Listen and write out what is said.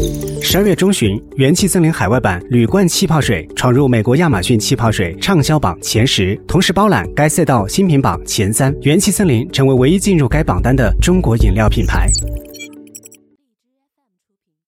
12月中旬，元气森林海外版铝罐气泡水闯入美国亚马逊气泡水畅销榜前10，同时包揽该赛道新品榜前3。元气森林成为唯一进入该榜单的中国饮料品牌。